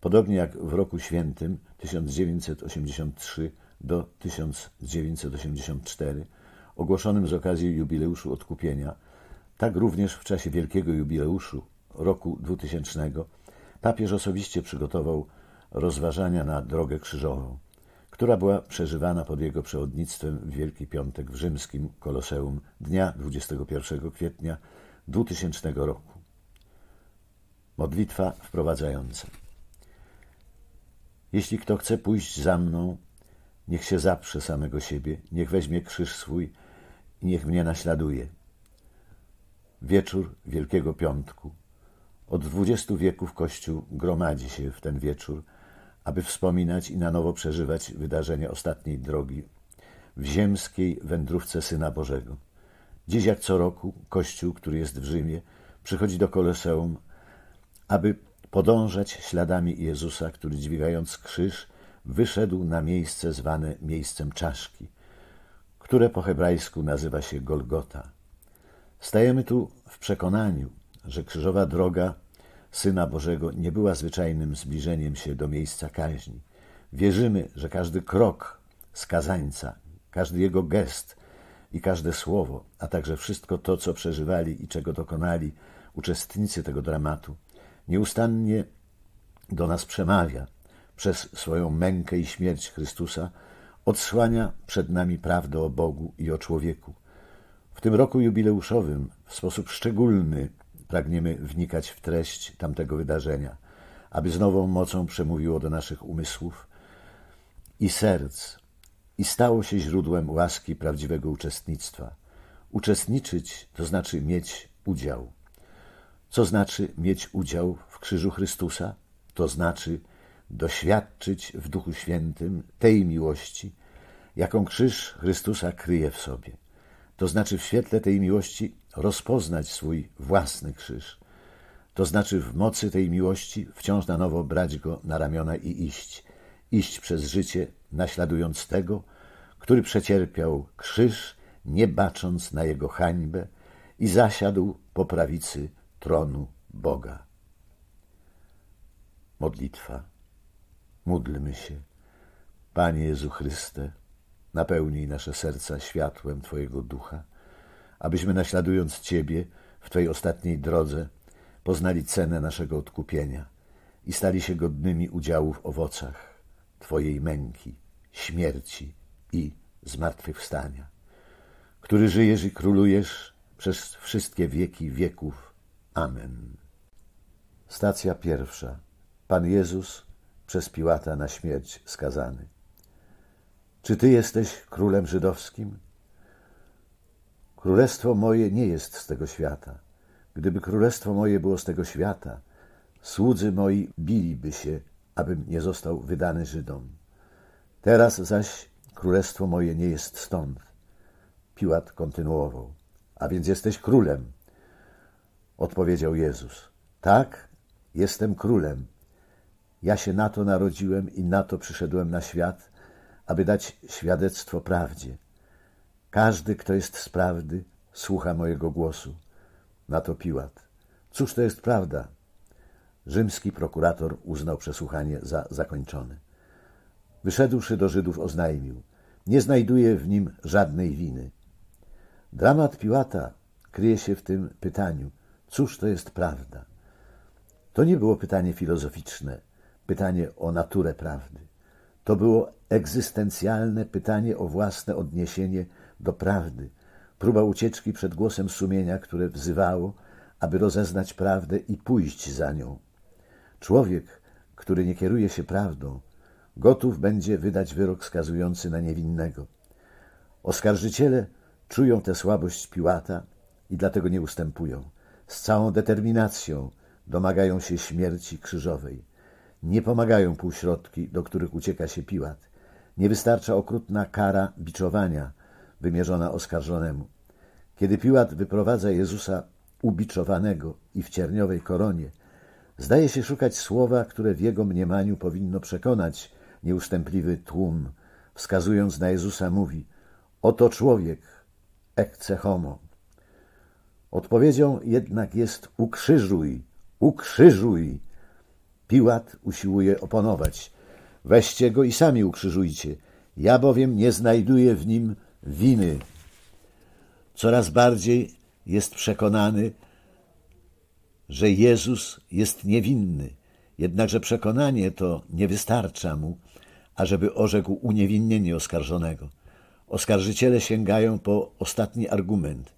Podobnie jak w roku świętym 1983 do 1984, ogłoszonym z okazji jubileuszu odkupienia, tak również w czasie wielkiego jubileuszu roku 2000 papież osobiście przygotował rozważania na drogę krzyżową, która była przeżywana pod jego przewodnictwem w Wielki Piątek w rzymskim Koloseum dnia 21 kwietnia 2000 roku. Modlitwa wprowadzająca. Jeśli kto chce pójść za mną, niech się zaprze samego siebie, niech weźmie krzyż swój i niech mnie naśladuje. Wieczór Wielkiego Piątku. Od 20 wieków Kościół gromadzi się w ten wieczór, aby wspominać i na nowo przeżywać wydarzenia ostatniej drogi w ziemskiej wędrówce Syna Bożego. Dziś jak co roku Kościół, który jest w Rzymie, przychodzi do Koloseum, aby podążać śladami Jezusa, który dźwigając krzyż wyszedł na miejsce zwane miejscem czaszki, które po hebrajsku nazywa się Golgota. Stajemy tu w przekonaniu, że krzyżowa droga Syna Bożego nie była zwyczajnym zbliżeniem się do miejsca kaźni. Wierzymy, że każdy krok skazańca, każdy jego gest i każde słowo, a także wszystko to, co przeżywali i czego dokonali uczestnicy tego dramatu, nieustannie do nas przemawia przez swoją mękę i śmierć Chrystusa, odsłania przed nami prawdę o Bogu i o człowieku. W tym roku jubileuszowym w sposób szczególny pragniemy wnikać w treść tamtego wydarzenia, aby z nową mocą przemówiło do naszych umysłów i serc i stało się źródłem łaski prawdziwego uczestnictwa. Uczestniczyć to znaczy mieć udział. Co znaczy mieć udział w krzyżu Chrystusa? To znaczy doświadczyć w Duchu Świętym tej miłości, jaką krzyż Chrystusa kryje w sobie. To znaczy w świetle tej miłości rozpoznać swój własny krzyż. To znaczy w mocy tej miłości wciąż na nowo brać go na ramiona i iść. Iść przez życie, naśladując tego, który przecierpiał krzyż, nie bacząc na jego hańbę i zasiadł po prawicy tronu Boga. Modlitwa. Módlmy się. Panie Jezu Chryste, napełnij nasze serca światłem Twojego Ducha, abyśmy naśladując Ciebie w Twojej ostatniej drodze poznali cenę naszego odkupienia i stali się godnymi udziału w owocach Twojej męki, śmierci i zmartwychwstania, który żyjesz i królujesz przez wszystkie wieki wieków. Amen. Stacja pierwsza. Pan Jezus przez Piłata na śmierć skazany. Czy Ty jesteś królem żydowskim? Królestwo moje nie jest z tego świata. Gdyby królestwo moje było z tego świata, słudzy moi biliby się, abym nie został wydany Żydom. Teraz zaś królestwo moje nie jest stąd. Piłat kontynuował. A więc jesteś królem. Odpowiedział Jezus. Tak, jestem królem. Ja się na to narodziłem i na to przyszedłem na świat, aby dać świadectwo prawdzie. Każdy, kto jest z prawdy, słucha mojego głosu. Na to Piłat. Cóż to jest prawda? Rzymski prokurator uznał przesłuchanie za zakończone. Wyszedłszy do Żydów oznajmił. Nie znajduje w nim żadnej winy. Dramat Piłata kryje się w tym pytaniu. Cóż to jest prawda? To nie było pytanie filozoficzne, pytanie o naturę prawdy. To było egzystencjalne pytanie o własne odniesienie do prawdy, próba ucieczki przed głosem sumienia, które wzywało, aby rozeznać prawdę i pójść za nią. Człowiek, który nie kieruje się prawdą, gotów będzie wydać wyrok skazujący na niewinnego. Oskarżyciele czują tę słabość Piłata i dlatego nie ustępują. Z całą determinacją domagają się śmierci krzyżowej. Nie pomagają półśrodki, do których ucieka się Piłat. Nie wystarcza okrutna kara biczowania wymierzona oskarżonemu. Kiedy Piłat wyprowadza Jezusa ubiczowanego i w cierniowej koronie, zdaje się szukać słowa, które w jego mniemaniu powinno przekonać nieustępliwy tłum. Wskazując na Jezusa mówi: oto człowiek, ecce homo. Odpowiedzią jednak jest: ukrzyżuj, ukrzyżuj. Piłat usiłuje oponować. Weźcie go i sami ukrzyżujcie. Ja bowiem nie znajduję w nim winy. Coraz bardziej jest przekonany, że Jezus jest niewinny. Jednakże przekonanie to nie wystarcza mu, ażeby orzekł uniewinnienie oskarżonego. Oskarżyciele sięgają po ostatni argument.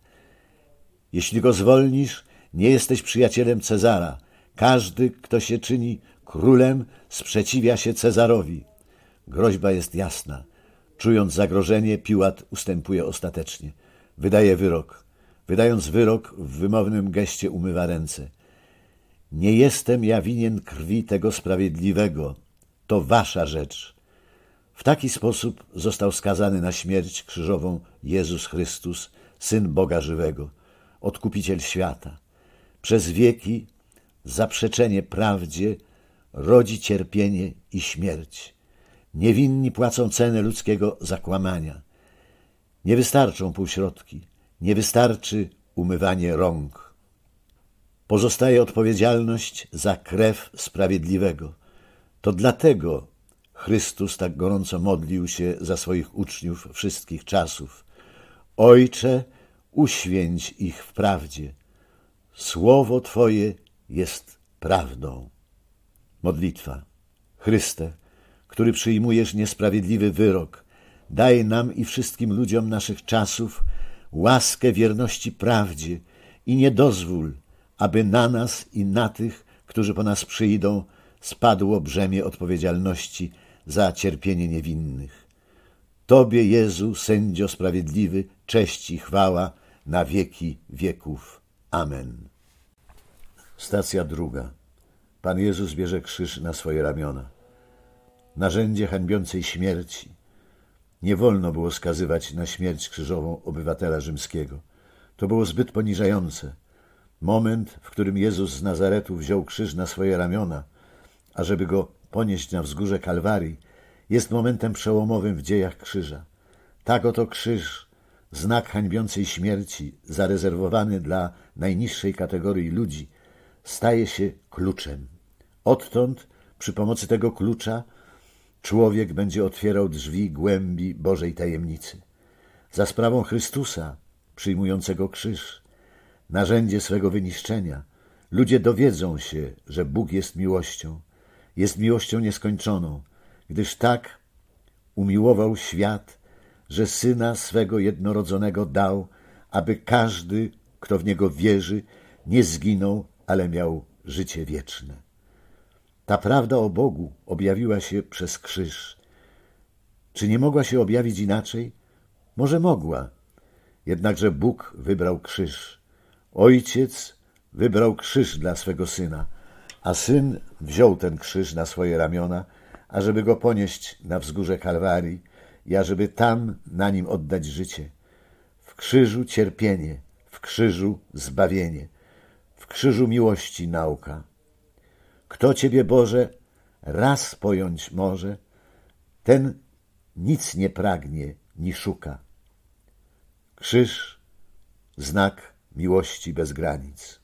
Jeśli go zwolnisz, nie jesteś przyjacielem Cezara. Każdy, kto się czyni królem, sprzeciwia się Cezarowi. Groźba jest jasna. Czując zagrożenie, Piłat ustępuje ostatecznie. Wydaje wyrok. Wydając wyrok, w wymownym geście umywa ręce. Nie jestem ja winien krwi tego sprawiedliwego. To wasza rzecz. W taki sposób został skazany na śmierć krzyżową Jezus Chrystus, Syn Boga żywego, Odkupiciel świata. Przez wieki zaprzeczenie prawdzie rodzi cierpienie i śmierć. Niewinni płacą cenę ludzkiego zakłamania. Nie wystarczą półśrodki, nie wystarczy umywanie rąk. Pozostaje odpowiedzialność za krew sprawiedliwego. To dlatego Chrystus tak gorąco modlił się za swoich uczniów wszystkich czasów. Ojcze, uświęć ich w prawdzie. Słowo Twoje jest prawdą. Modlitwa. Chryste, który przyjmujesz niesprawiedliwy wyrok, daj nam i wszystkim ludziom naszych czasów łaskę wierności prawdzie i nie dozwól, aby na nas i na tych, którzy po nas przyjdą, spadło brzemię odpowiedzialności za cierpienie niewinnych. Tobie, Jezu, sędzio sprawiedliwy, cześć i chwała na wieki wieków. Amen. Stacja druga. Pan Jezus bierze krzyż na swoje ramiona. Narzędzie hańbiącej śmierci. Nie wolno było skazywać na śmierć krzyżową obywatela rzymskiego. To było zbyt poniżające. Moment, w którym Jezus z Nazaretu wziął krzyż na swoje ramiona, ażeby go ponieść na wzgórze Kalwarii, jest momentem przełomowym w dziejach krzyża. Tak oto krzyż, znak hańbiącej śmierci, zarezerwowany dla najniższej kategorii ludzi, staje się kluczem. Odtąd, przy pomocy tego klucza, człowiek będzie otwierał drzwi głębi Bożej tajemnicy. Za sprawą Chrystusa, przyjmującego krzyż, narzędzie swego wyniszczenia, ludzie dowiedzą się, że Bóg jest miłością nieskończoną, gdyż tak umiłował świat, że Syna swego jednorodzonego dał, aby każdy, kto w Niego wierzy, nie zginął, ale miał życie wieczne. Ta prawda o Bogu objawiła się przez krzyż. Czy nie mogła się objawić inaczej? Może mogła. Jednakże Bóg wybrał krzyż. Ojciec wybrał krzyż dla swego Syna, a Syn wziął ten krzyż na swoje ramiona, ażeby go ponieść na wzgórze Kalwarii i ażeby tam na nim oddać życie. W krzyżu cierpienie, w krzyżu zbawienie, w krzyżu miłości nauka. Kto Ciebie, Boże, raz pojąć może, ten nic nie pragnie ni szuka. Krzyż, znak miłości bez granic.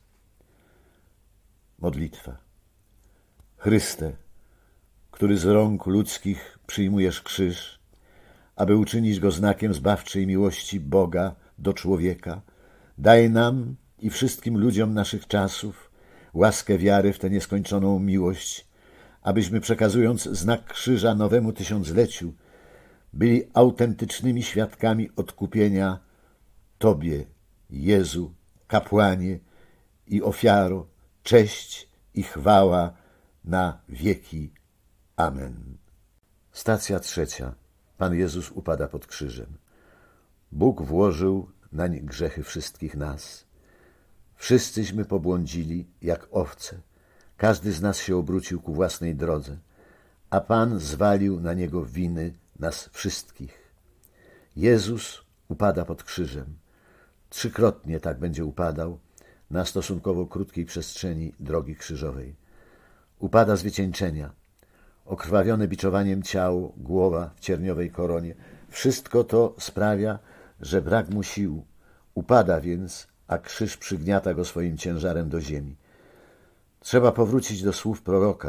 Modlitwa. Chryste, który z rąk ludzkich przyjmujesz krzyż, aby uczynić go znakiem zbawczej miłości Boga do człowieka, daj nam i wszystkim ludziom naszych czasów łaskę wiary w tę nieskończoną miłość, abyśmy przekazując znak krzyża nowemu tysiącleciu, byli autentycznymi świadkami odkupienia Tobie, Jezu, kapłanie i ofiaro, cześć i chwała na wieki. Amen. Stacja trzecia. Pan Jezus upada pod krzyżem. Bóg włożył nań grzechy wszystkich nas. Wszyscyśmy pobłądzili jak owce. Każdy z nas się obrócił ku własnej drodze, a Pan zwalił na Niego winy nas wszystkich. Jezus upada pod krzyżem. Trzykrotnie tak będzie upadał na stosunkowo krótkiej przestrzeni drogi krzyżowej. Upada z wycieńczenia. Okrwawione biczowaniem ciało, głowa w cierniowej koronie. Wszystko to sprawia, że brak mu sił. Upada więc, a krzyż przygniata go swoim ciężarem do ziemi. Trzeba powrócić do słów proroka,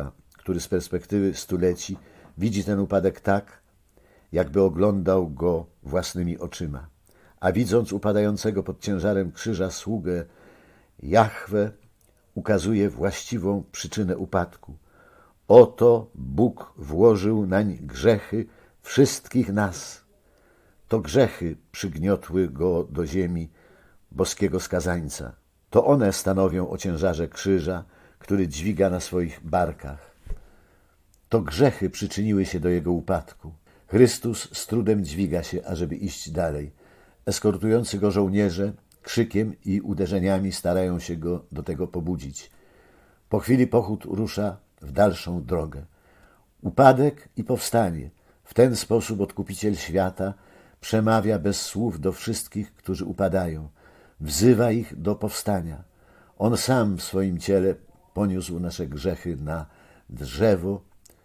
który z perspektywy stuleci widzi ten upadek tak, jakby oglądał go własnymi oczyma. A widząc upadającego pod ciężarem krzyża sługę Jahwe, ukazuje właściwą przyczynę upadku. Oto Bóg włożył nań grzechy wszystkich nas. To grzechy przygniotły go do ziemi, boskiego skazańca. To one stanowią o ciężarze krzyża, który dźwiga na swoich barkach. To grzechy przyczyniły się do jego upadku. Chrystus z trudem dźwiga się, ażeby iść dalej. Eskortujący go żołnierze krzykiem i uderzeniami starają się go do tego pobudzić. Po chwili pochód rusza w dalszą drogę. Upadek i powstanie. W ten sposób Odkupiciel świata przemawia bez słów do wszystkich, którzy upadają. Wzywa ich do powstania. On sam w swoim ciele poniósł nasze grzechy na drzewo,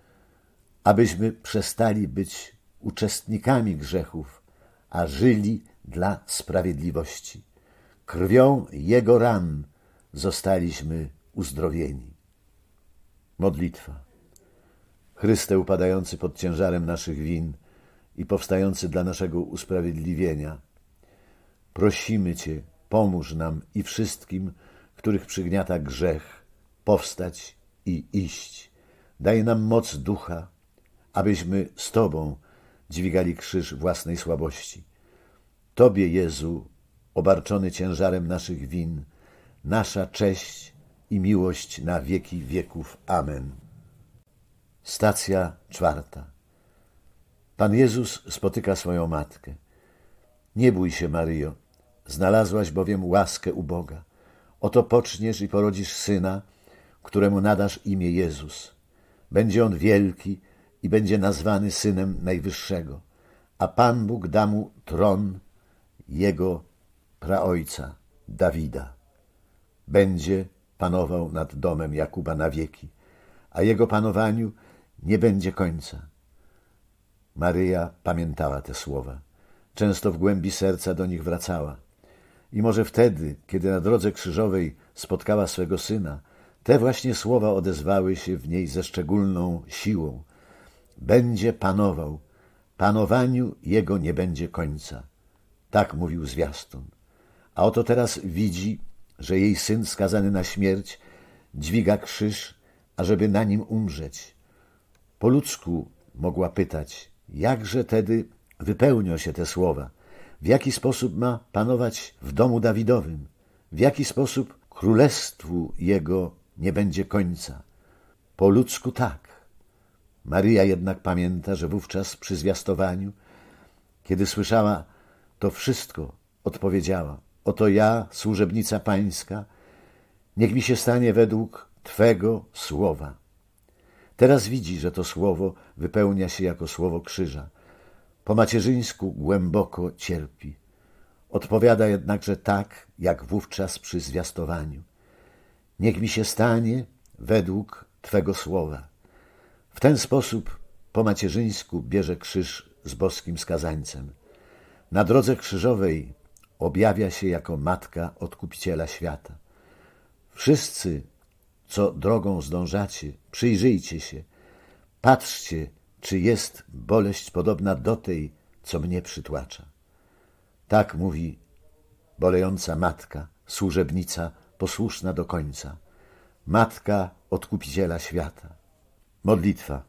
abyśmy przestali być uczestnikami grzechów, a żyli dla sprawiedliwości. Krwią Jego ran zostaliśmy uzdrowieni. Modlitwa. Chryste upadający pod ciężarem naszych win i powstający dla naszego usprawiedliwienia, prosimy Cię, pomóż nam i wszystkim, których przygniata grzech, powstać i iść. Daj nam moc ducha, abyśmy z Tobą dźwigali krzyż własnej słabości. Tobie, Jezu, obarczony ciężarem naszych win, nasza cześć i miłość na wieki wieków. Amen. Stacja 4. Pan Jezus spotyka swoją matkę. Nie bój się, Maryjo, znalazłaś bowiem łaskę u Boga. Oto poczniesz i porodzisz syna, któremu nadasz imię Jezus. Będzie on wielki i będzie nazwany Synem Najwyższego, a Pan Bóg da mu tron jego praojca, Dawida. Będzie panował nad domem Jakuba na wieki, a jego panowaniu nie będzie końca. Maryja pamiętała te słowa. Często w głębi serca do nich wracała. I może wtedy, kiedy na drodze krzyżowej spotkała swego Syna, te właśnie słowa odezwały się w niej ze szczególną siłą. Będzie panował, panowaniu jego nie będzie końca. Tak mówił zwiastun. A oto teraz widzi, że jej Syn skazany na śmierć dźwiga krzyż, ażeby na nim umrzeć. Po ludzku mogła pytać, jakże tedy wypełnią się te słowa? W jaki sposób ma panować w domu Dawidowym? W jaki sposób królestwu jego nie będzie końca? Po ludzku tak. Maryja jednak pamięta, że wówczas przy zwiastowaniu, kiedy słyszała to wszystko, odpowiedziała: oto ja, służebnica pańska, niech mi się stanie według Twego słowa. Teraz widzi, że to słowo wypełnia się jako słowo krzyża. Po macierzyńsku głęboko cierpi. Odpowiada jednakże tak, jak wówczas przy zwiastowaniu. Niech mi się stanie według Twego słowa. W ten sposób po macierzyńsku bierze krzyż z boskim skazańcem. Na drodze krzyżowej objawia się jako matka Odkupiciela świata. Wszyscy, co drogą zdążacie, przyjrzyjcie się, patrzcie, czy jest boleść podobna do tej, co mnie przytłacza. Tak mówi bolejąca matka, służebnica, posłuszna do końca, matka Odkupiciela świata. Modlitwa.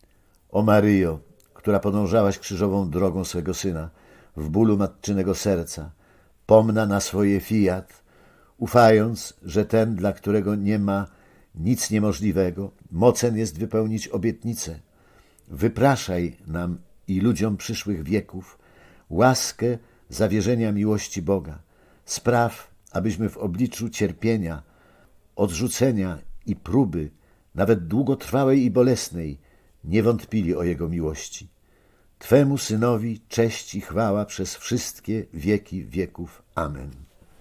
O Maryjo, która podążałaś krzyżową drogą swego Syna, w bólu matczynego serca, pomna na swoje fiat, ufając, że ten, dla którego nie ma nic niemożliwego, mocen jest wypełnić obietnicę. Wypraszaj nam i ludziom przyszłych wieków łaskę zawierzenia miłości Boga. Spraw, abyśmy w obliczu cierpienia, odrzucenia i próby, nawet długotrwałej i bolesnej, nie wątpili o Jego miłości. Twemu Synowi cześć i chwała przez wszystkie wieki wieków. Amen.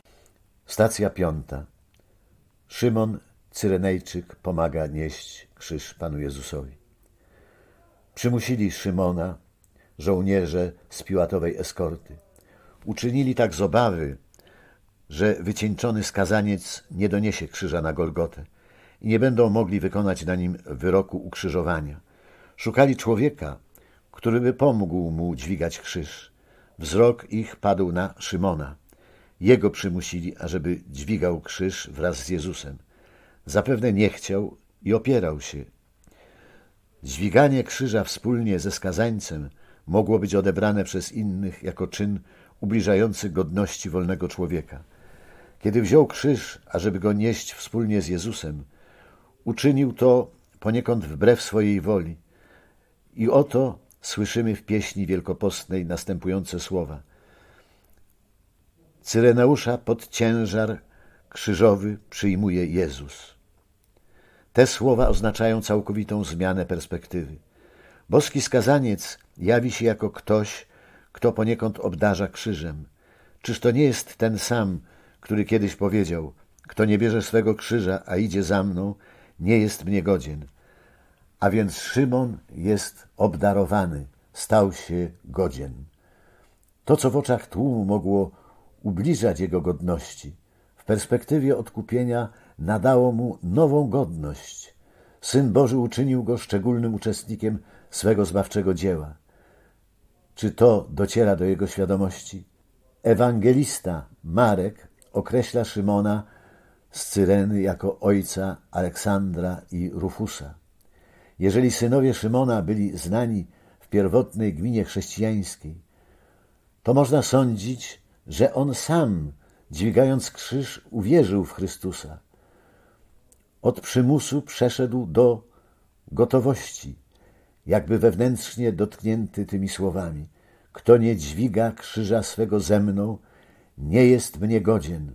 Stacja 5. Szymon Cyrenejczyk pomaga nieść krzyż Panu Jezusowi. Przymusili Szymona żołnierze z Piłatowej eskorty. Uczynili tak z obawy, że wycieńczony skazaniec nie doniesie krzyża na Golgotę. i nie będą mogli wykonać na nim wyroku ukrzyżowania. Szukali człowieka, który by pomógł mu dźwigać krzyż. Wzrok ich padł na Szymona. Jego przymusili, ażeby dźwigał krzyż wraz z Jezusem. Zapewne nie chciał i opierał się. Dźwiganie krzyża wspólnie ze skazańcem mogło być odebrane przez innych jako czyn ubliżający godności wolnego człowieka. Kiedy wziął krzyż, ażeby go nieść wspólnie z Jezusem, uczynił to poniekąd wbrew swojej woli. I oto słyszymy w pieśni wielkopostnej następujące słowa. Cyreneusza pod ciężar krzyżowy przyjmuje Jezus. Te słowa oznaczają całkowitą zmianę perspektywy. Boski skazaniec jawi się jako ktoś, kto poniekąd obdarza krzyżem. Czyż to nie jest ten sam, który kiedyś powiedział: kto nie bierze swego krzyża, a idzie za mną, nie jest mnie godzien. A więc Szymon jest obdarowany, stał się godzien. To, co w oczach tłumu mogło ubliżać jego godności, w perspektywie odkupienia nadało mu nową godność. Syn Boży uczynił go szczególnym uczestnikiem swego zbawczego dzieła. Czy to dociera do jego świadomości? Ewangelista Marek określa Szymona z Cyreny jako ojca Aleksandra i Rufusa. Jeżeli synowie Szymona byli znani w pierwotnej gminie chrześcijańskiej, to można sądzić, że on sam, dźwigając krzyż, uwierzył w Chrystusa. Od przymusu przeszedł do gotowości, jakby wewnętrznie dotknięty tymi słowami: kto nie dźwiga krzyża swego ze mną, nie jest mnie godzien.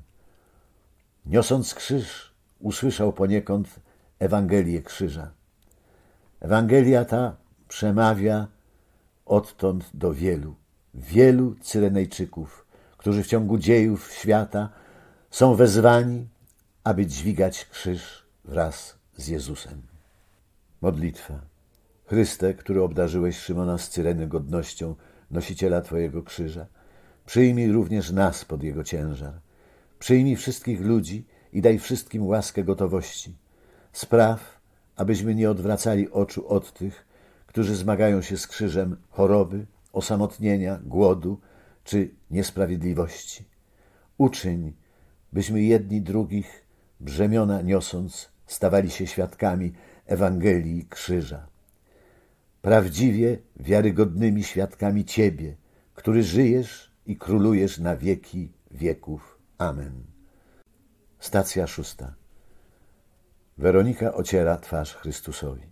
Niosąc krzyż, usłyszał poniekąd Ewangelię krzyża. Ewangelia ta przemawia odtąd do wielu Cyrenejczyków, którzy w ciągu dziejów świata są wezwani, aby dźwigać krzyż wraz z Jezusem. Modlitwa. Chryste, który obdarzyłeś Szymona z Cyreny godnością nosiciela Twojego krzyża, przyjmij również nas pod jego ciężar. Przyjmij wszystkich ludzi i daj wszystkim łaskę gotowości. Spraw, abyśmy nie odwracali oczu od tych, którzy zmagają się z krzyżem choroby, osamotnienia, głodu czy niesprawiedliwości. Uczyń, byśmy jedni drugich, brzemiona niosąc, stawali się świadkami Ewangelii krzyża. Prawdziwie wiarygodnymi świadkami Ciebie, który żyjesz i królujesz na wieki wieków. Amen. Stacja 6. Weronika ociera twarz Chrystusowi.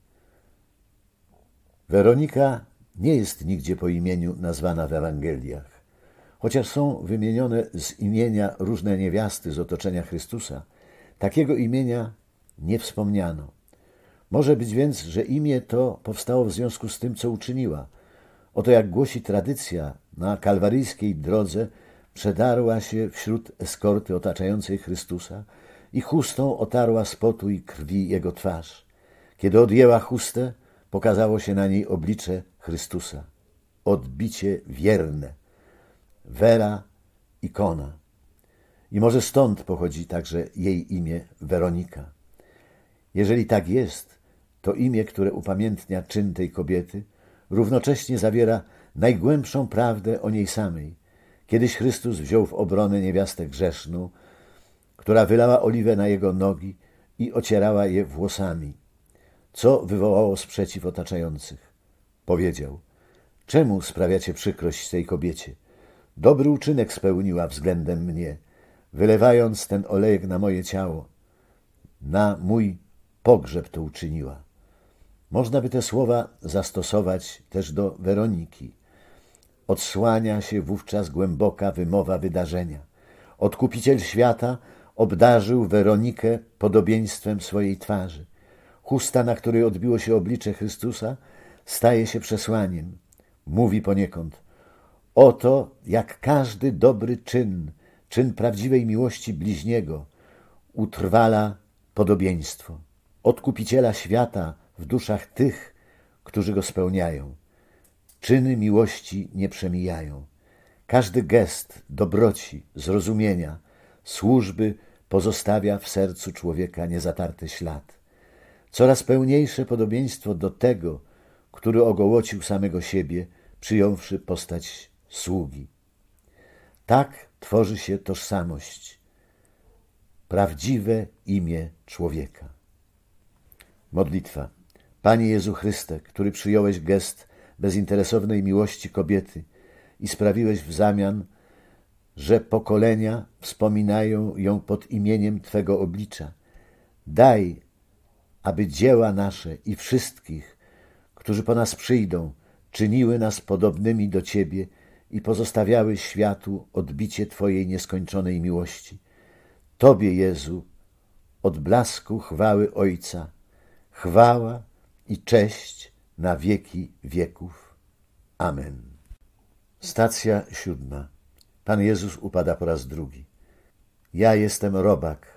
Weronika nie jest nigdzie po imieniu nazwana w Ewangeliach. Chociaż są wymienione z imienia różne niewiasty z otoczenia Chrystusa, takiego imienia nie wspomniano. Może być więc, że imię to powstało w związku z tym, co uczyniła. Oto jak głosi tradycja, na kalwaryjskiej drodze przedarła się wśród eskorty otaczającej Chrystusa i chustą otarła z potu i krwi Jego twarz. Kiedy odjęła chustę, pokazało się na niej oblicze Chrystusa. Odbicie wierne. Wera, ikona. I może stąd pochodzi także jej imię Weronika. Jeżeli tak jest, to imię, które upamiętnia czyn tej kobiety, równocześnie zawiera najgłębszą prawdę o niej samej. Kiedyś Chrystus wziął w obronę niewiastę grzeszną, która wylała oliwę na jego nogi i ocierała je włosami, co wywołało sprzeciw otaczających. Powiedział: czemu sprawiacie przykrość tej kobiecie? Dobry uczynek spełniła względem mnie, wylewając ten olejek na moje ciało. Na mój pogrzeb to uczyniła. Można by te słowa zastosować też do Weroniki. Odsłania się wówczas głęboka wymowa wydarzenia. Odkupiciel świata obdarzył Weronikę podobieństwem swojej twarzy. Chusta, na której odbiło się oblicze Chrystusa, staje się przesłaniem. Mówi poniekąd: oto jak każdy dobry czyn prawdziwej miłości bliźniego, utrwala podobieństwo. Odkupiciela świata w duszach tych, którzy go spełniają. Czyny miłości nie przemijają. Każdy gest dobroci, zrozumienia, służby pozostawia w sercu człowieka niezatarty ślad. Coraz pełniejsze podobieństwo do tego, który ogołocił samego siebie, przyjąwszy postać sługi. Tak tworzy się tożsamość, prawdziwe imię człowieka. Modlitwa. Panie Jezu Chryste, który przyjąłeś gest bezinteresownej miłości kobiety i sprawiłeś w zamian, że pokolenia wspominają ją pod imieniem Twego oblicza. Daj, aby dzieła nasze i wszystkich, którzy po nas przyjdą, czyniły nas podobnymi do Ciebie i pozostawiały światu odbicie Twojej nieskończonej miłości. Tobie, Jezu, od blasku chwały Ojca, chwała i cześć na wieki wieków. Amen. Stacja 7. Pan Jezus upada po raz drugi. Ja jestem robak,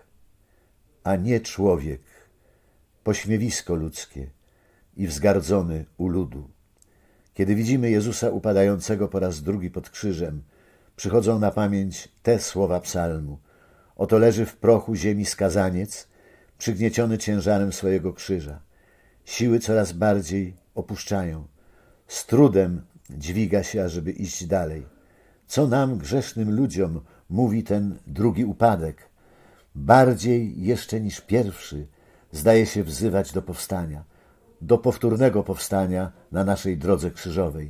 a nie człowiek, pośmiewisko ludzkie i wzgardzony u ludu. Kiedy widzimy Jezusa upadającego po raz drugi pod krzyżem, przychodzą na pamięć te słowa psalmu. Oto leży w prochu ziemi skazaniec, przygnieciony ciężarem swojego krzyża. Siły coraz bardziej opuszczają. Z trudem dźwiga się, ażeby iść dalej. Co nam, grzesznym ludziom, mówi ten drugi upadek? Bardziej jeszcze niż pierwszy zdaje się wzywać do powstania, do powtórnego powstania na naszej drodze krzyżowej.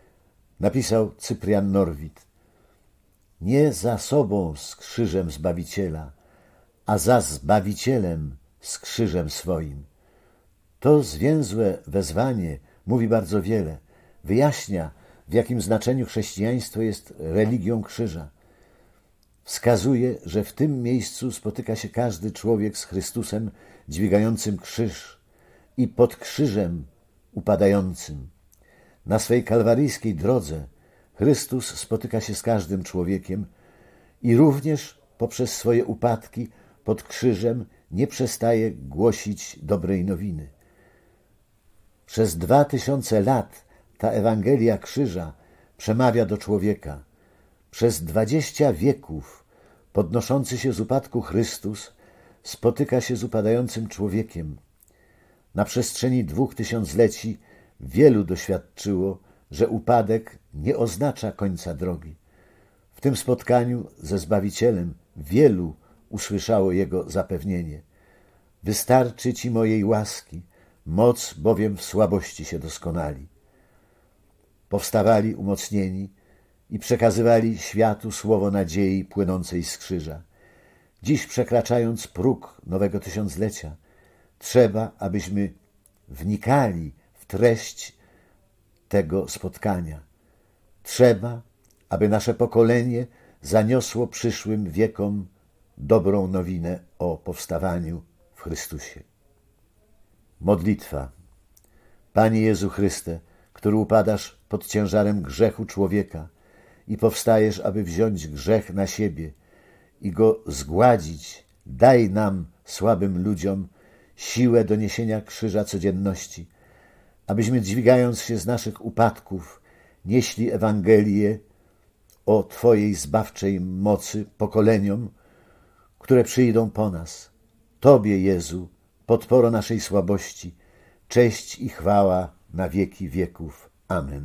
Napisał Cyprian Norwid. Nie za sobą z krzyżem Zbawiciela, a za Zbawicielem z krzyżem swoim. To zwięzłe wezwanie mówi bardzo wiele. Wyjaśnia, w jakim znaczeniu chrześcijaństwo jest religią krzyża. Wskazuje, że w tym miejscu spotyka się każdy człowiek z Chrystusem dźwigającym krzyż i pod krzyżem upadającym. Na swej kalwaryjskiej drodze Chrystus spotyka się z każdym człowiekiem i również poprzez swoje upadki pod krzyżem nie przestaje głosić dobrej nowiny. Przez 2000 lat ta Ewangelia krzyża przemawia do człowieka. Przez 20 wieków podnoszący się z upadku Chrystus spotyka się z upadającym człowiekiem. Na przestrzeni 2000-leci wielu doświadczyło, że upadek nie oznacza końca drogi. W tym spotkaniu ze Zbawicielem wielu usłyszało Jego zapewnienie. Wystarczy Ci mojej łaski, moc bowiem w słabości się doskonali. Powstawali umocnieni i przekazywali światu słowo nadziei płynącej z krzyża. Dziś, przekraczając próg nowego tysiąclecia, trzeba, abyśmy wnikali w treść tego spotkania. Trzeba, aby nasze pokolenie zaniosło przyszłym wiekom dobrą nowinę o powstawaniu w Chrystusie. Modlitwa. Panie Jezu Chryste, który upadasz pod ciężarem grzechu człowieka i powstajesz, aby wziąć grzech na siebie i go zgładzić, daj nam, słabym ludziom, siłę do niesienia krzyża codzienności, abyśmy, dźwigając się z naszych upadków, nieśli Ewangelię o Twojej zbawczej mocy pokoleniom, które przyjdą po nas. Tobie, Jezu, podporo naszej słabości, cześć i chwała na wieki wieków. Amen.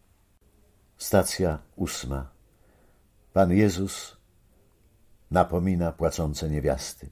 Stacja 8. Pan Jezus napomina płacące niewiasty.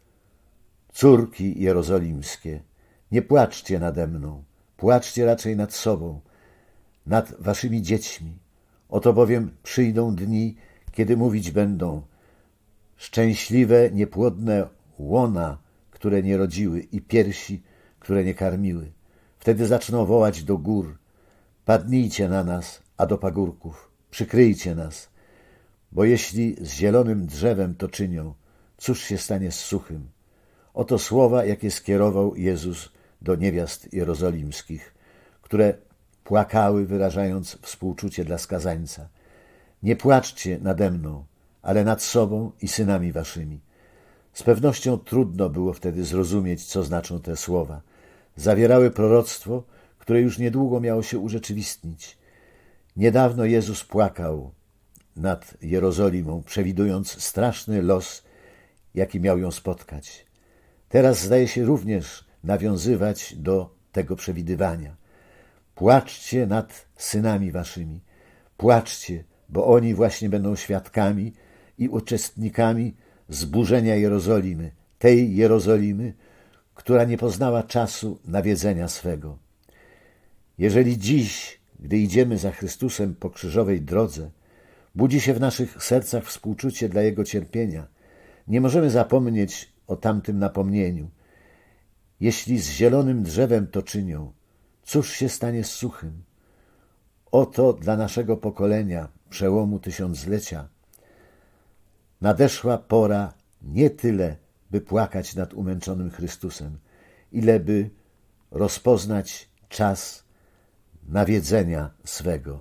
Córki jerozolimskie, nie płaczcie nade mną, płaczcie raczej nad sobą, nad waszymi dziećmi. Oto bowiem przyjdą dni, kiedy mówić będą: szczęśliwe niepłodne łona, które nie rodziły, i piersi, które nie karmiły. Wtedy zaczną wołać do gór: padnijcie na nas, a do pagórków przykryjcie nas. Bo jeśli z zielonym drzewem to czynią, cóż się stanie z suchym? Oto słowa, jakie skierował Jezus do niewiast jerozolimskich, które płakały, wyrażając współczucie dla skazańca. Nie płaczcie nade mną, ale nad sobą i synami waszymi. Z pewnością trudno było wtedy zrozumieć, co znaczą te słowa. Zawierały proroctwo, które już niedługo miało się urzeczywistnić. Niedawno Jezus płakał nad Jerozolimą, przewidując straszny los jaki miał ją spotkać. Teraz zdaje się również nawiązywać do tego przewidywania. Płaczcie nad synami waszymi. Płaczcie, bo oni właśnie będą świadkami i uczestnikami zburzenia Jerozolimy, tej Jerozolimy, która nie poznała czasu nawiedzenia swego. Jeżeli dziś, gdy idziemy za Chrystusem po krzyżowej drodze, budzi się w naszych sercach współczucie dla Jego cierpienia, nie możemy zapomnieć o tamtym napomnieniu. Jeśli z zielonym drzewem to czynią, cóż się stanie z suchym? Oto dla naszego pokolenia, przełomu tysiąclecia, nadeszła pora nie tyle, by płakać nad umęczonym Chrystusem, ile by rozpoznać czas nawiedzenia swego.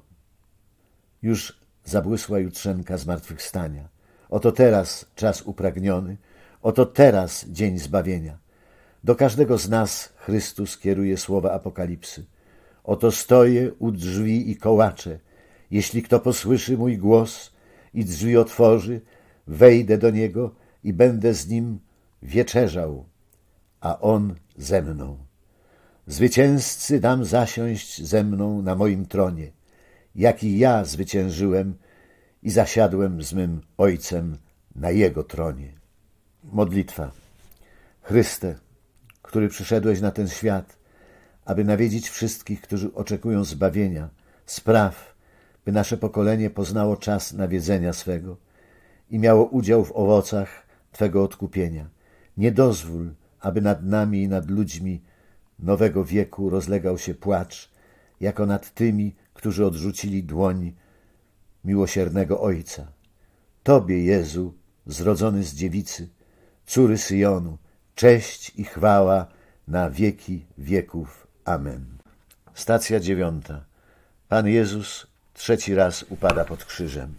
Już zabłysła jutrzenka zmartwychwstania. Oto teraz czas upragniony, oto teraz dzień zbawienia. Do każdego z nas Chrystus kieruje słowa Apokalipsy. Oto stoję u drzwi i kołaczę. Jeśli kto posłyszy mój głos i drzwi otworzy, wejdę do niego i będę z nim wieczerzał, a on ze mną. Zwycięzcy dam zasiąść ze mną na moim tronie, jak i ja zwyciężyłem i zasiadłem z mym Ojcem na Jego tronie. Modlitwa. Chryste, który przyszedłeś na ten świat, aby nawiedzić wszystkich, którzy oczekują zbawienia, spraw, by nasze pokolenie poznało czas nawiedzenia swego i miało udział w owocach Twego odkupienia. Nie dozwól, aby nad nami i nad ludźmi nowego wieku rozlegał się płacz, jako nad tymi, którzy odrzucili dłoń miłosiernego Ojca. Tobie, Jezu, zrodzony z dziewicy, córy Syjonu, cześć i chwała na wieki wieków. Amen. Stacja 9. Pan Jezus trzeci raz upada pod krzyżem.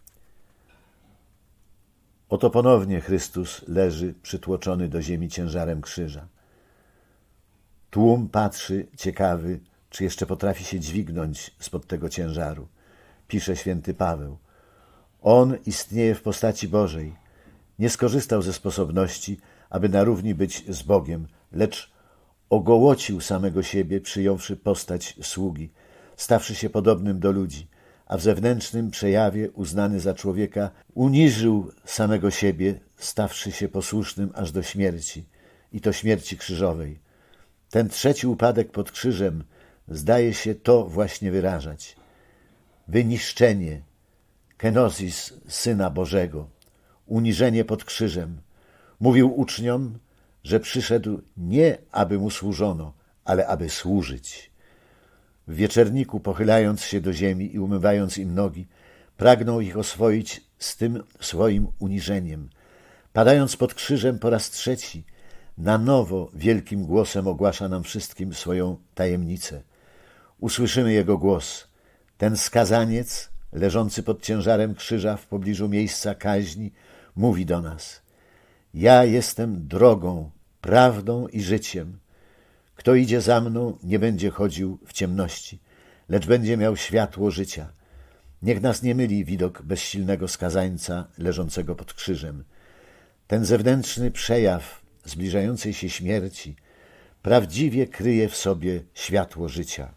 Oto ponownie Chrystus leży przytłoczony do ziemi ciężarem krzyża. Tłum patrzy, ciekawy, czy jeszcze potrafi się dźwignąć spod tego ciężaru. Pisze święty Paweł. On istnieje w postaci Bożej. Nie skorzystał ze sposobności, aby na równi być z Bogiem, lecz ogołocił samego siebie, przyjąwszy postać sługi, stawszy się podobnym do ludzi, a w zewnętrznym przejawie, uznany za człowieka, uniżył samego siebie, stawszy się posłusznym aż do śmierci, i to śmierci krzyżowej. Ten trzeci upadek pod krzyżem zdaje się to właśnie wyrażać. Wyniszczenie, kenosis Syna Bożego, uniżenie pod krzyżem. Mówił uczniom, że przyszedł nie, aby mu służono, ale aby służyć. W wieczerniku, pochylając się do ziemi i umywając im nogi, pragnął ich oswoić z tym swoim uniżeniem. Padając pod krzyżem po raz trzeci, na nowo wielkim głosem ogłasza nam wszystkim swoją tajemnicę. Usłyszymy Jego głos. Ten skazaniec, leżący pod ciężarem krzyża w pobliżu miejsca kaźni, mówi do nas: ja jestem drogą, prawdą i życiem. Kto idzie za mną, nie będzie chodził w ciemności, lecz będzie miał światło życia. Niech nas nie myli widok bezsilnego skazańca leżącego pod krzyżem. Ten zewnętrzny przejaw zbliżającej się śmierci prawdziwie kryje w sobie światło życia.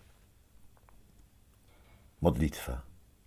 Modlitwa.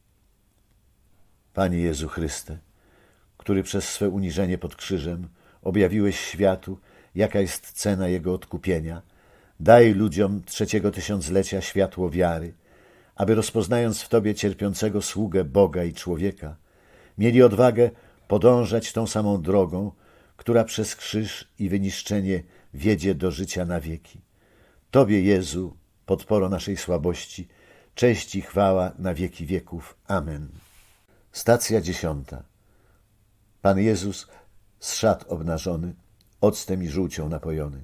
Panie Jezu Chryste, który przez swe uniżenie pod krzyżem objawiłeś światu, jaka jest cena Jego odkupienia, daj ludziom trzeciego tysiąclecia światło wiary, aby rozpoznając w Tobie cierpiącego sługę Boga i człowieka, mieli odwagę podążać tą samą drogą, która przez krzyż i wyniszczenie wiedzie do życia na wieki. Tobie, Jezu, podporo naszej słabości, cześć i chwała na wieki wieków. Amen. Stacja 10. Pan Jezus z szat obnażony, octem i żółcią napojony.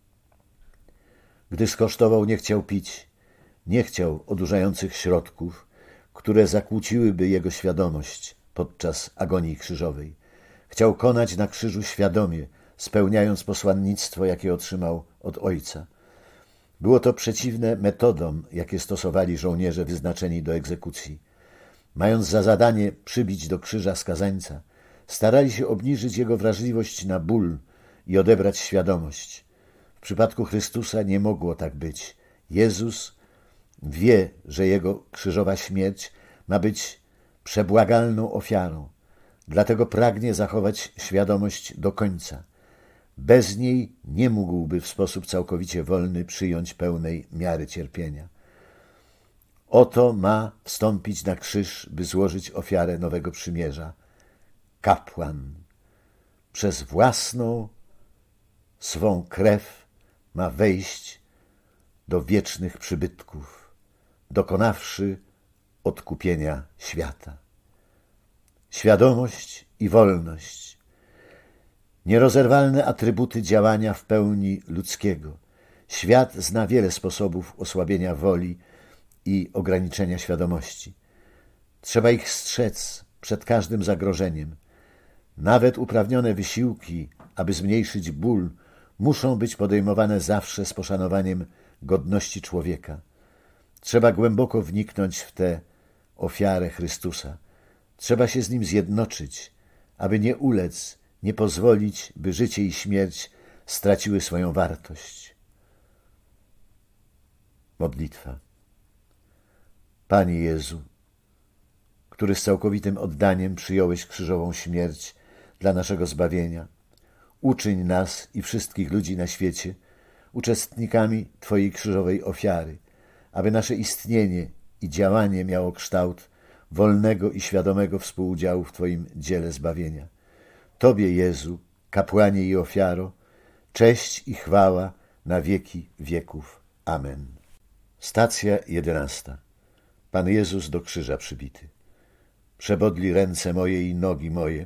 Gdy skosztował, nie chciał pić, nie chciał odurzających środków, które zakłóciłyby jego świadomość podczas agonii krzyżowej. Chciał konać na krzyżu świadomie, spełniając posłannictwo, jakie otrzymał od Ojca. Było to przeciwne metodom, jakie stosowali żołnierze wyznaczeni do egzekucji. Mając za zadanie przybić do krzyża skazańca, starali się obniżyć jego wrażliwość na ból i odebrać świadomość. W przypadku Chrystusa nie mogło tak być. Jezus wie, że jego krzyżowa śmierć ma być przebłagalną ofiarą. Dlatego pragnie zachować świadomość do końca. Bez niej nie mógłby w sposób całkowicie wolny przyjąć pełnej miary cierpienia. Oto ma wstąpić na krzyż, by złożyć ofiarę nowego przymierza. Kapłan przez własną swą krew ma wejść do wiecznych przybytków, dokonawszy odkupienia świata. Świadomość i wolność, nierozerwalne atrybuty działania w pełni ludzkiego. Świat zna wiele sposobów osłabienia woli i ograniczenia świadomości. Trzeba ich strzec przed każdym zagrożeniem. Nawet uprawnione wysiłki, aby zmniejszyć ból, muszą być podejmowane zawsze z poszanowaniem godności człowieka. Trzeba głęboko wniknąć w tę ofiarę Chrystusa. Trzeba się z Nim zjednoczyć, aby nie ulec, nie pozwolić, by życie i śmierć straciły swoją wartość. Modlitwa. Panie Jezu, który z całkowitym oddaniem przyjąłeś krzyżową śmierć dla naszego zbawienia, uczyń nas i wszystkich ludzi na świecie uczestnikami Twojej krzyżowej ofiary, aby nasze istnienie i działanie miało kształt wolnego i świadomego współudziału w Twoim dziele zbawienia. Tobie, Jezu, kapłanie i ofiaro, cześć i chwała na wieki wieków. Amen. Stacja 11. Pan Jezus do krzyża przybity. Przebodli ręce moje i nogi moje.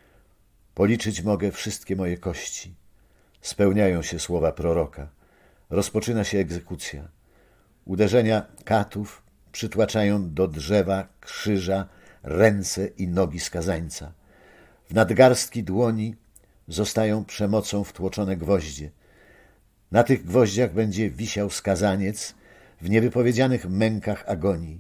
Policzyć mogę wszystkie moje kości. Spełniają się słowa proroka. Rozpoczyna się egzekucja. Uderzenia katów przytłaczają do drzewa krzyża ręce i nogi skazańca. W nadgarstki dłoni zostają przemocą wtłoczone gwoździe. Na tych gwoździach będzie wisiał skazaniec w niewypowiedzianych mękach agonii.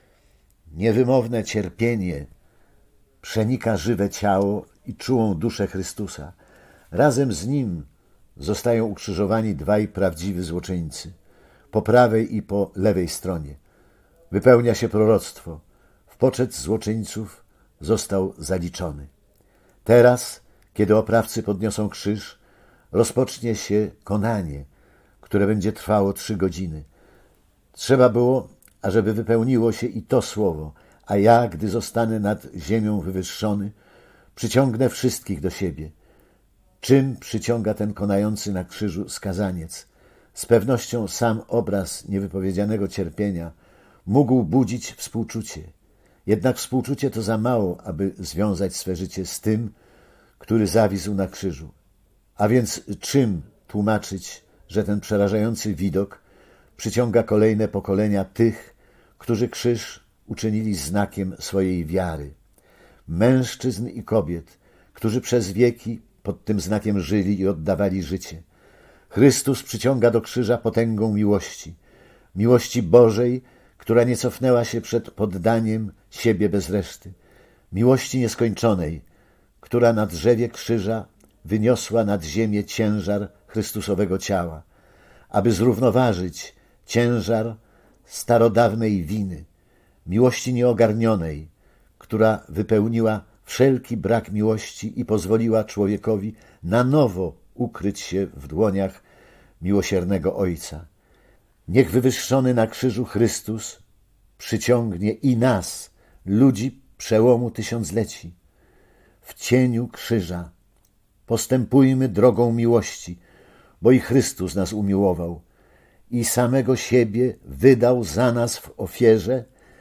Niewymowne cierpienie przenika żywe ciało i czułą duszę Chrystusa. Razem z Nim zostają ukrzyżowani dwaj prawdziwi złoczyńcy, po prawej i po lewej stronie. Wypełnia się proroctwo. W poczet złoczyńców został zaliczony. Teraz, kiedy oprawcy podniosą krzyż, rozpocznie się konanie, które będzie trwało 3 godziny. Trzeba było, ażeby wypełniło się i to słowo, a ja, gdy zostanę nad ziemią wywyższony, przyciągnę wszystkich do siebie. Czym przyciąga ten konający na krzyżu skazaniec? Z pewnością sam obraz niewypowiedzianego cierpienia mógł budzić współczucie. Jednak współczucie to za mało, aby związać swe życie z tym, który zawisł na krzyżu. A więc czym tłumaczyć, że ten przerażający widok przyciąga kolejne pokolenia tych, którzy krzyż uczynili znakiem swojej wiary? Mężczyzn i kobiet, którzy przez wieki pod tym znakiem żyli i oddawali życie. Chrystus przyciąga do krzyża potęgą miłości. Miłości Bożej, która nie cofnęła się przed poddaniem siebie bez reszty. Miłości nieskończonej, która na drzewie krzyża wyniosła nad ziemię ciężar Chrystusowego ciała, aby zrównoważyć ciężar starodawnej winy, miłości nieogarnionej, która wypełniła wszelki brak miłości i pozwoliła człowiekowi na nowo ukryć się w dłoniach miłosiernego Ojca. Niech wywyższony na krzyżu Chrystus przyciągnie i nas, ludzi przełomu tysiącleci. W cieniu krzyża postępujmy drogą miłości, bo i Chrystus nas umiłował i samego siebie wydał za nas w ofierze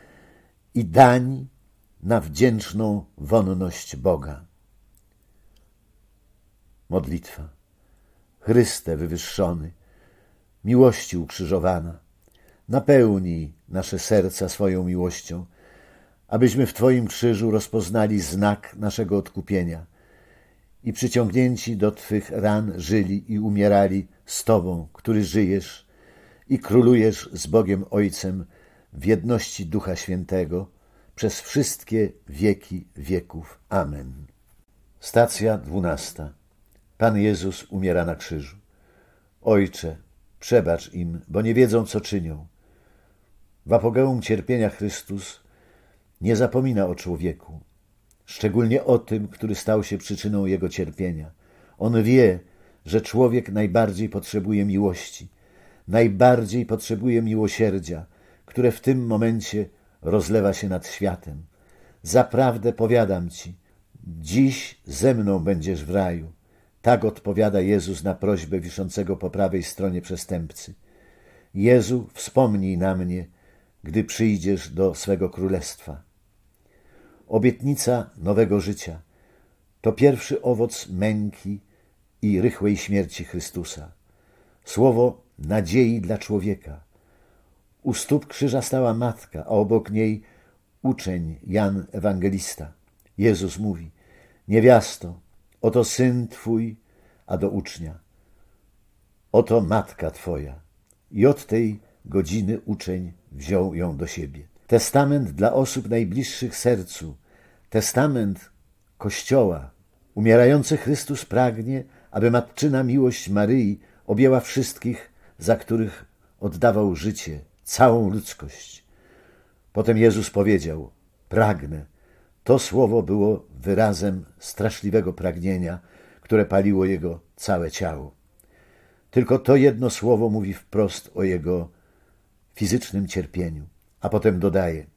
i dań na wdzięczną wonność Boga. Modlitwa. Chryste wywyższony, miłości ukrzyżowana, napełnij nasze serca swoją miłością, abyśmy w Twoim krzyżu rozpoznali znak naszego odkupienia i przyciągnięci do Twych ran żyli i umierali z Tobą, który żyjesz i królujesz z Bogiem Ojcem w jedności Ducha Świętego przez wszystkie wieki wieków. Amen. Stacja 12. Pan Jezus umiera na krzyżu. Ojcze, przebacz im, bo nie wiedzą, co czynią. W apogeum cierpienia Chrystus nie zapomina o człowieku, szczególnie o tym, który stał się przyczyną jego cierpienia. On wie, że człowiek najbardziej potrzebuje miłości, najbardziej potrzebuje miłosierdzia, które w tym momencie rozlewa się nad światem. Zaprawdę powiadam ci, dziś ze mną będziesz w raju. Tak odpowiada Jezus na prośbę wiszącego po prawej stronie przestępcy. Jezu, wspomnij na mnie, gdy przyjdziesz do swego królestwa. Obietnica nowego życia to pierwszy owoc męki i rychłej śmierci Chrystusa. Słowo nadziei dla człowieka. U stóp krzyża stała matka, a obok niej uczeń Jan Ewangelista. Jezus mówi: niewiasto, oto syn twój, a do ucznia: oto matka twoja. I od tej godziny uczeń wziął ją do siebie. Testament dla osób najbliższych sercu, testament Kościoła. Umierający Chrystus pragnie, aby matczyna miłość Maryi objęła wszystkich, za których oddawał życie, całą ludzkość. Potem Jezus powiedział: pragnę. To słowo było wyrazem straszliwego pragnienia, które paliło jego całe ciało. Tylko to jedno słowo mówi wprost o jego fizycznym cierpieniu, a potem dodaje: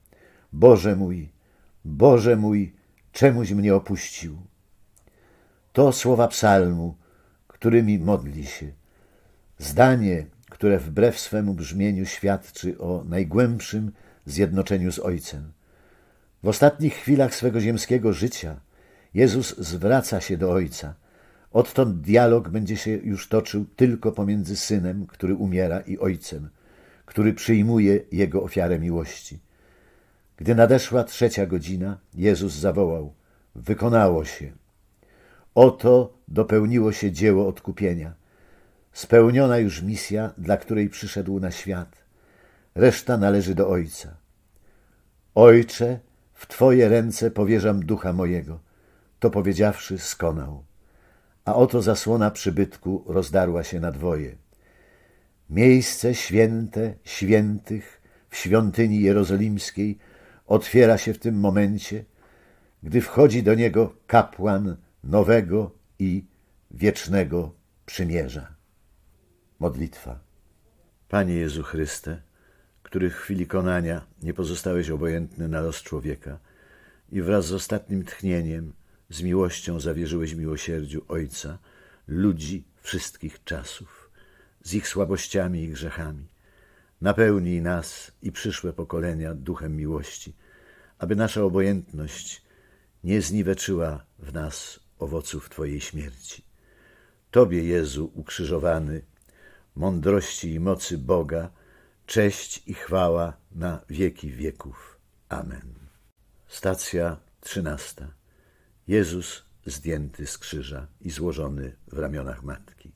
Boże mój, czemuś mnie opuścił. To słowa psalmu, którymi modli się. Zdanie, które wbrew swemu brzmieniu świadczy o najgłębszym zjednoczeniu z Ojcem. W ostatnich chwilach swego ziemskiego życia Jezus zwraca się do Ojca. Odtąd dialog będzie się już toczył tylko pomiędzy Synem, który umiera, i Ojcem, który przyjmuje Jego ofiarę miłości. Gdy nadeszła 3. godzina, Jezus zawołał: wykonało się. Oto dopełniło się dzieło odkupienia. Spełniona już misja, dla której przyszedł na świat. Reszta należy do Ojca. Ojcze, w Twoje ręce powierzam ducha mojego. To powiedziawszy, skonał. A oto zasłona przybytku rozdarła się na dwoje. Miejsce święte świętych w świątyni jerozolimskiej otwiera się w tym momencie, gdy wchodzi do niego kapłan nowego i wiecznego przymierza. Modlitwa. Panie Jezu Chryste, który w chwili konania nie pozostałeś obojętny na los człowieka i wraz z ostatnim tchnieniem z miłością zawierzyłeś miłosierdziu Ojca, ludzi wszystkich czasów, z ich słabościami i grzechami. Napełnij nas i przyszłe pokolenia duchem miłości, aby nasza obojętność nie zniweczyła w nas owoców Twojej śmierci. Tobie, Jezu ukrzyżowany, mądrości i mocy Boga, cześć i chwała na wieki wieków. Amen. Stacja 13. Jezus zdjęty z krzyża i złożony w ramionach Matki.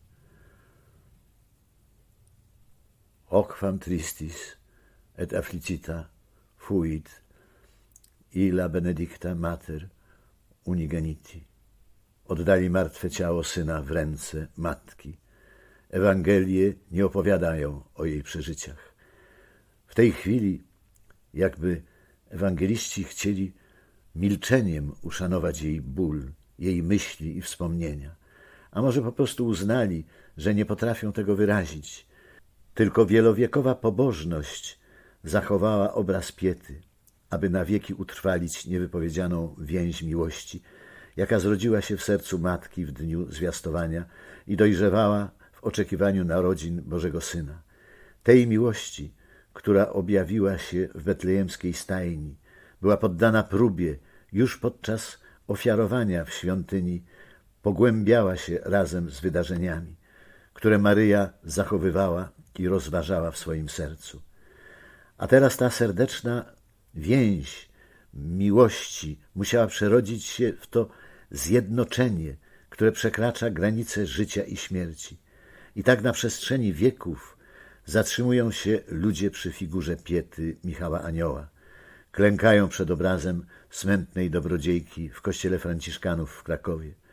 Hoc fam tristis et afflicita fuit illa benedicta mater unigeniti. Oddali martwe ciało Syna w ręce Matki. Ewangelie nie opowiadają o jej przeżyciach. W tej chwili jakby ewangeliści chcieli milczeniem uszanować jej ból, jej myśli i wspomnienia, a może po prostu uznali, że nie potrafią tego wyrazić. Tylko wielowiekowa pobożność zachowała obraz piety, aby na wieki utrwalić niewypowiedzianą więź miłości, jaka zrodziła się w sercu Matki w dniu zwiastowania i dojrzewała w oczekiwaniu narodzin Bożego Syna. Tej miłości, która objawiła się w betlejemskiej stajni, była poddana próbie już podczas ofiarowania w świątyni, pogłębiała się razem z wydarzeniami, które Maryja zachowywała i rozważała w swoim sercu. A teraz ta serdeczna więź miłości musiała przerodzić się w to zjednoczenie, które przekracza granice życia i śmierci. I tak na przestrzeni wieków zatrzymują się ludzie przy figurze Piety Michała Anioła. Klękają przed obrazem smętnej dobrodziejki w kościele Franciszkanów w Krakowie.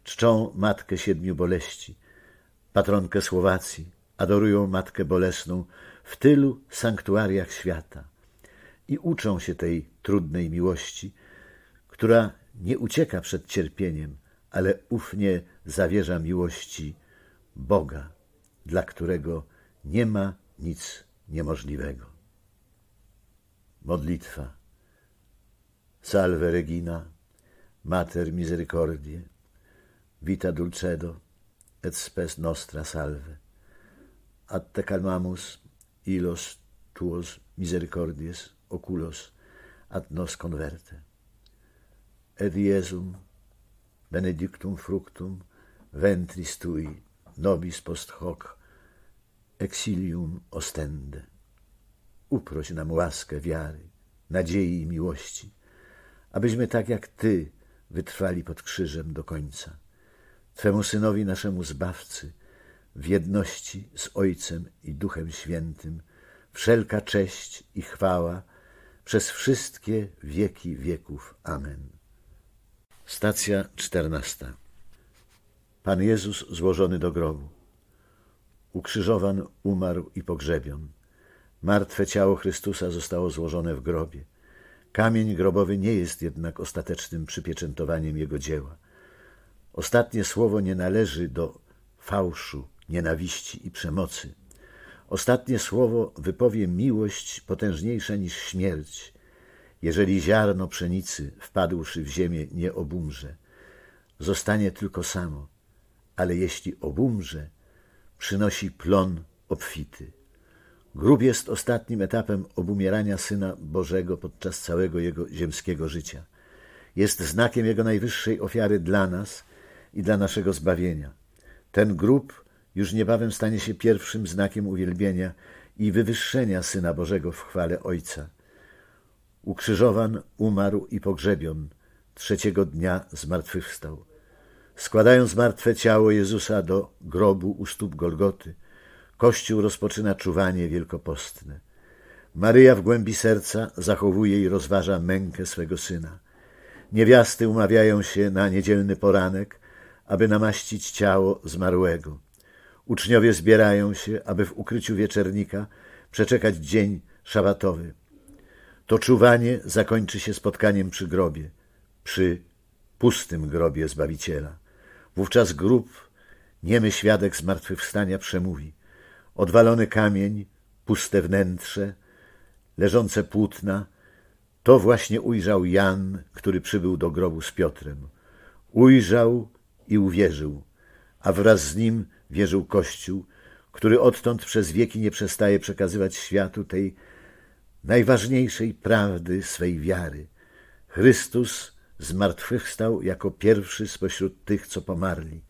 czczą Matkę Siedmiu Boleści, patronkę Słowacji, adorują Matkę Bolesną w tylu sanktuariach świata i uczą się tej trudnej miłości, która nie ucieka przed cierpieniem, ale ufnie zawierza miłości Boga, dla którego nie ma nic niemożliwego. Modlitwa. Salve Regina, Mater Misericordiae, vita dulcedo et spes nostra salve. Ad te calmamus illos tuos misericordies oculos ad nos converte. Et Iesum benedictum fructum ventris tui nobis post hoc exilium ostende. Uproś nam łaskę wiary, nadziei i miłości, abyśmy tak jak Ty wytrwali pod krzyżem do końca. Twemu Synowi, naszemu Zbawcy, w jedności z Ojcem i Duchem Świętym, wszelka cześć i chwała przez wszystkie wieki wieków. Amen. Stacja 14. Pan Jezus złożony do grobu. Ukrzyżowan, umarł i pogrzebion. Martwe ciało Chrystusa zostało złożone w grobie. Kamień grobowy nie jest jednak ostatecznym przypieczętowaniem Jego dzieła. Ostatnie słowo nie należy do fałszu, nienawiści i przemocy. Ostatnie słowo wypowie miłość potężniejsza niż śmierć. Jeżeli ziarno pszenicy, wpadłszy w ziemię, nie obumrze, zostanie tylko samo, ale jeśli obumrze, przynosi plon obfity. Grób jest ostatnim etapem obumierania Syna Bożego podczas całego Jego ziemskiego życia. Jest znakiem Jego najwyższej ofiary dla nas i dla naszego zbawienia. Ten grób już niebawem stanie się pierwszym znakiem uwielbienia i wywyższenia Syna Bożego w chwale Ojca. Ukrzyżowan, umarł i pogrzebion, trzeciego dnia zmartwychwstał. Składając martwe ciało Jezusa do grobu u stóp Golgoty, Kościół rozpoczyna czuwanie wielkopostne. Maryja w głębi serca zachowuje i rozważa mękę swego Syna. Niewiasty umawiają się na niedzielny poranek, aby namaścić ciało zmarłego. Uczniowie zbierają się, aby w ukryciu wieczernika przeczekać dzień szabatowy. To czuwanie zakończy się spotkaniem przy grobie, przy pustym grobie Zbawiciela. Wówczas grób, niemy świadek zmartwychwstania, przemówi. Odwalony kamień, puste wnętrze, leżące płótna, to właśnie ujrzał Jan, który przybył do grobu z Piotrem. Ujrzał i uwierzył, a wraz z nim wierzył Kościół, który odtąd przez wieki nie przestaje przekazywać światu tej najważniejszej prawdy swej wiary. Chrystus zmartwychwstał jako pierwszy spośród tych, co pomarli.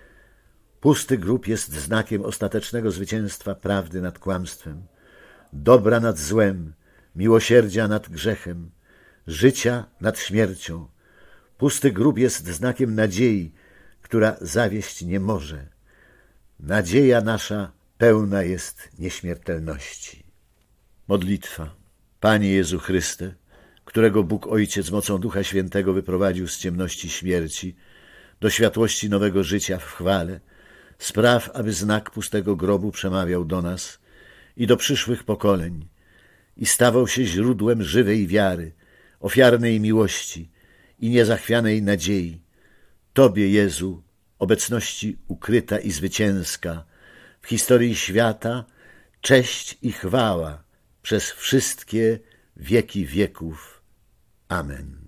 Pusty grób jest znakiem ostatecznego zwycięstwa prawdy nad kłamstwem, dobra nad złem, miłosierdzia nad grzechem, życia nad śmiercią. Pusty grób jest znakiem nadziei, która zawieść nie może. Nadzieja nasza pełna jest nieśmiertelności. Modlitwa. Panie Jezu Chryste, którego Bóg Ojciec mocą Ducha Świętego wyprowadził z ciemności śmierci do światłości nowego życia w chwale, spraw, aby znak pustego grobu przemawiał do nas i do przyszłych pokoleń i stawał się źródłem żywej wiary, ofiarnej miłości i niezachwianej nadziei. Tobie, Jezu, obecności ukryta i zwycięska, w historii świata cześć i chwała przez wszystkie wieki wieków. Amen.